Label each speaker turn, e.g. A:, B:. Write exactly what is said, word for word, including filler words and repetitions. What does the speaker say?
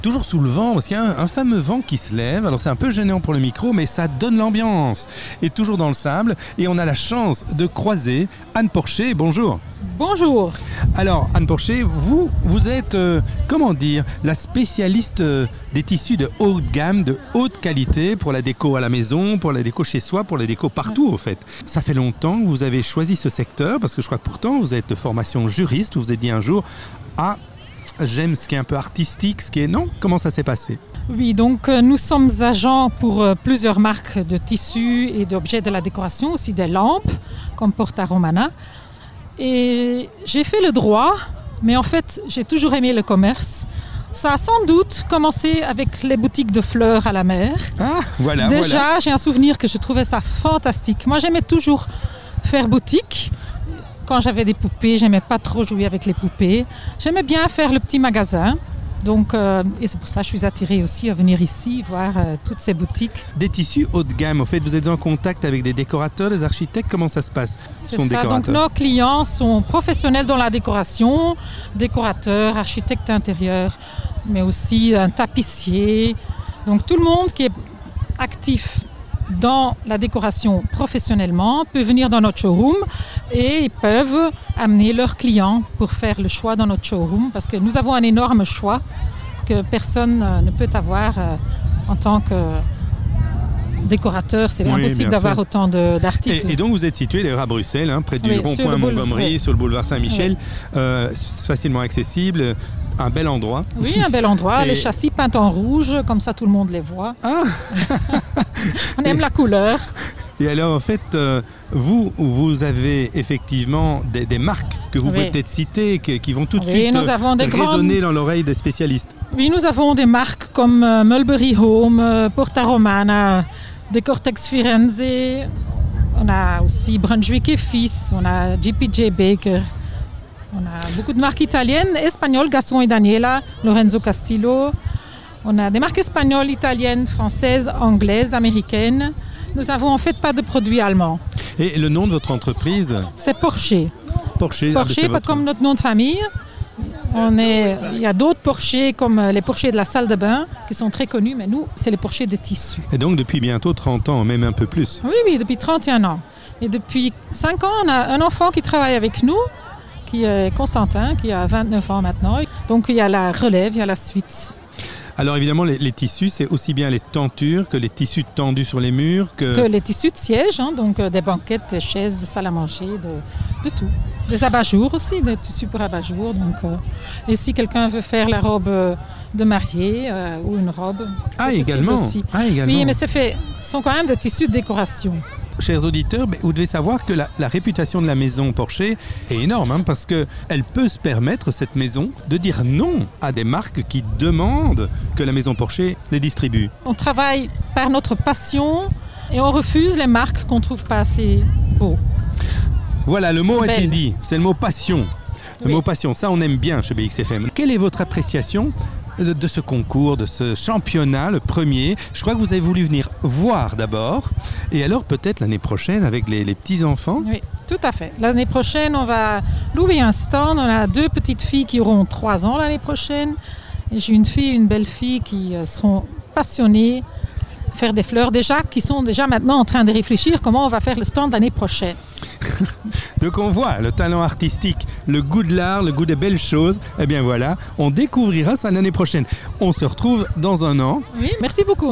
A: toujours sous le vent, parce qu'il y a un, un fameux vent qui se lève. Alors c'est un peu gênant pour le micro, mais ça donne l'ambiance. Et toujours dans le sable. Et on a la chance de croiser Anne Porcher. Bonjour.
B: Bonjour.
A: Alors Anne Porcher, vous, vous êtes, euh, comment dire, la spécialiste euh, des tissus de haute gamme, de haute qualité pour la déco à la maison, pour la déco chez soi, pour la déco partout ouais. au fait. Ça fait longtemps que vous avez choisi ce secteur, parce que je crois que pourtant vous êtes de formation juriste, vous vous êtes dit un jour, ah, j'aime ce qui est un peu artistique, ce qui est... Non, comment ça s'est passé ?
B: Oui, donc euh, nous sommes agents pour euh, plusieurs marques de tissus et d'objets de la décoration, aussi des lampes, comme Porta Romana. Et j'ai fait le droit, mais en fait, j'ai toujours aimé le commerce. Ça a sans doute commencé avec les boutiques de fleurs à la mer.
A: Ah, voilà,
B: Déjà,
A: voilà.
B: j'ai un souvenir que je trouvais ça fantastique. Moi, j'aimais toujours faire boutique. Quand j'avais des poupées, j'aimais pas trop jouer avec les poupées. J'aimais bien faire le petit magasin. Donc, euh, et c'est pour ça que je suis attirée aussi à venir ici, voir euh, toutes ces boutiques.
A: Des tissus haut de gamme, au fait, vous êtes en contact avec des décorateurs, des architectes, comment ça se passe ?
B: C'est ça, donc nos clients sont professionnels dans la décoration, décorateurs, architectes intérieurs, mais aussi un tapissier. Donc tout le monde qui est actif dans la décoration professionnellement peut venir dans notre showroom et ils peuvent amener leurs clients pour faire le choix dans notre showroom parce que nous avons un énorme choix que personne ne peut avoir en tant que décorateur. C'est oui, impossible d'avoir sûr. autant de, d'articles.
A: Et, et donc vous êtes situé d'ailleurs à Bruxelles, hein, près du oui, rond-point Montgomery, oui. sur le boulevard Saint-Michel, oui. euh, facilement accessible. Un bel endroit.
B: Oui, un bel endroit. Et... Les châssis peints en rouge, comme ça tout le monde les voit.
A: Ah
B: On aime
A: et...
B: la couleur.
A: Et alors en fait, euh, vous, vous avez effectivement des, des marques que vous oui. pouvez peut-être citer, qui, qui vont tout de
B: oui,
A: suite
B: nous avons des
A: résonner
B: grandes...
A: dans l'oreille des spécialistes.
B: Oui, nous avons des marques comme euh, Mulberry Home, euh, Porta Romana, des Cortex Firenze. On a aussi Brunswick et Fils, on a J P J Baker. On a beaucoup de marques italiennes, espagnoles, Gaston et Daniela, Lorenzo Castillo. On a des marques espagnoles, italiennes, françaises, anglaises, américaines. Nous n'avons en fait pas de produits allemands.
A: Et le nom de votre entreprise ?
B: C'est Porcher.
A: Porcher,
B: Porcher,
A: ah,
B: pas
A: votre...
B: comme notre nom de famille. On est... Il y a d'autres Porchers comme les Porchers de la salle de bain qui sont très connus, mais nous, c'est les Porchers de tissu.
A: Et donc depuis bientôt trente ans, même un peu plus ?
B: Oui, oui, depuis trente et un ans. Et depuis cinq ans, on a un enfant qui travaille avec nous, qui est Constantin, qui a vingt-neuf ans maintenant. Donc il y a la relève, il y a la suite.
A: Alors évidemment, les, les tissus, c'est aussi bien les tentures que les tissus tendus sur les murs. Que,
B: que les tissus de siège, hein, donc euh, des banquettes, des chaises, des salles à manger, de, de tout. Des abat-jours aussi, des tissus pour abat-jours. Donc, euh, et si quelqu'un veut faire la robe de mariée euh, ou une robe,
A: ah, également.
B: Aussi.
A: ah également.
B: Oui, mais c'est fait, ce sont quand même des tissus de décoration.
A: Chers auditeurs, vous devez savoir que la, la réputation de la maison Porcher est énorme hein, parce qu'elle peut se permettre, cette maison, de dire non à des marques qui demandent que la maison Porcher les distribue.
B: On travaille par notre passion et on refuse les marques qu'on ne trouve pas assez beaux.
A: Voilà, le mot a été dit, c'est le mot passion. Le
B: oui.
A: mot passion, ça on aime bien chez B X F M. Quelle est votre appréciation de, de ce concours, de ce championnat, le premier ? Je crois que vous avez voulu venir voir d'abord, et alors peut-être l'année prochaine avec les, les petits-enfants ?
B: Oui, tout à fait. L'année prochaine, on va louer un stand. On a deux petites filles qui auront trois ans l'année prochaine. Et j'ai une fille et une belle-fille qui seront passionnées faire des fleurs déjà, qui sont déjà maintenant en train de réfléchir comment on va faire le stand l'année prochaine.
A: Donc on voit le talent artistique, le goût de l'art, le goût des belles choses. Eh bien voilà, on découvrira ça l'année prochaine. On se retrouve dans un an.
B: Oui, merci beaucoup.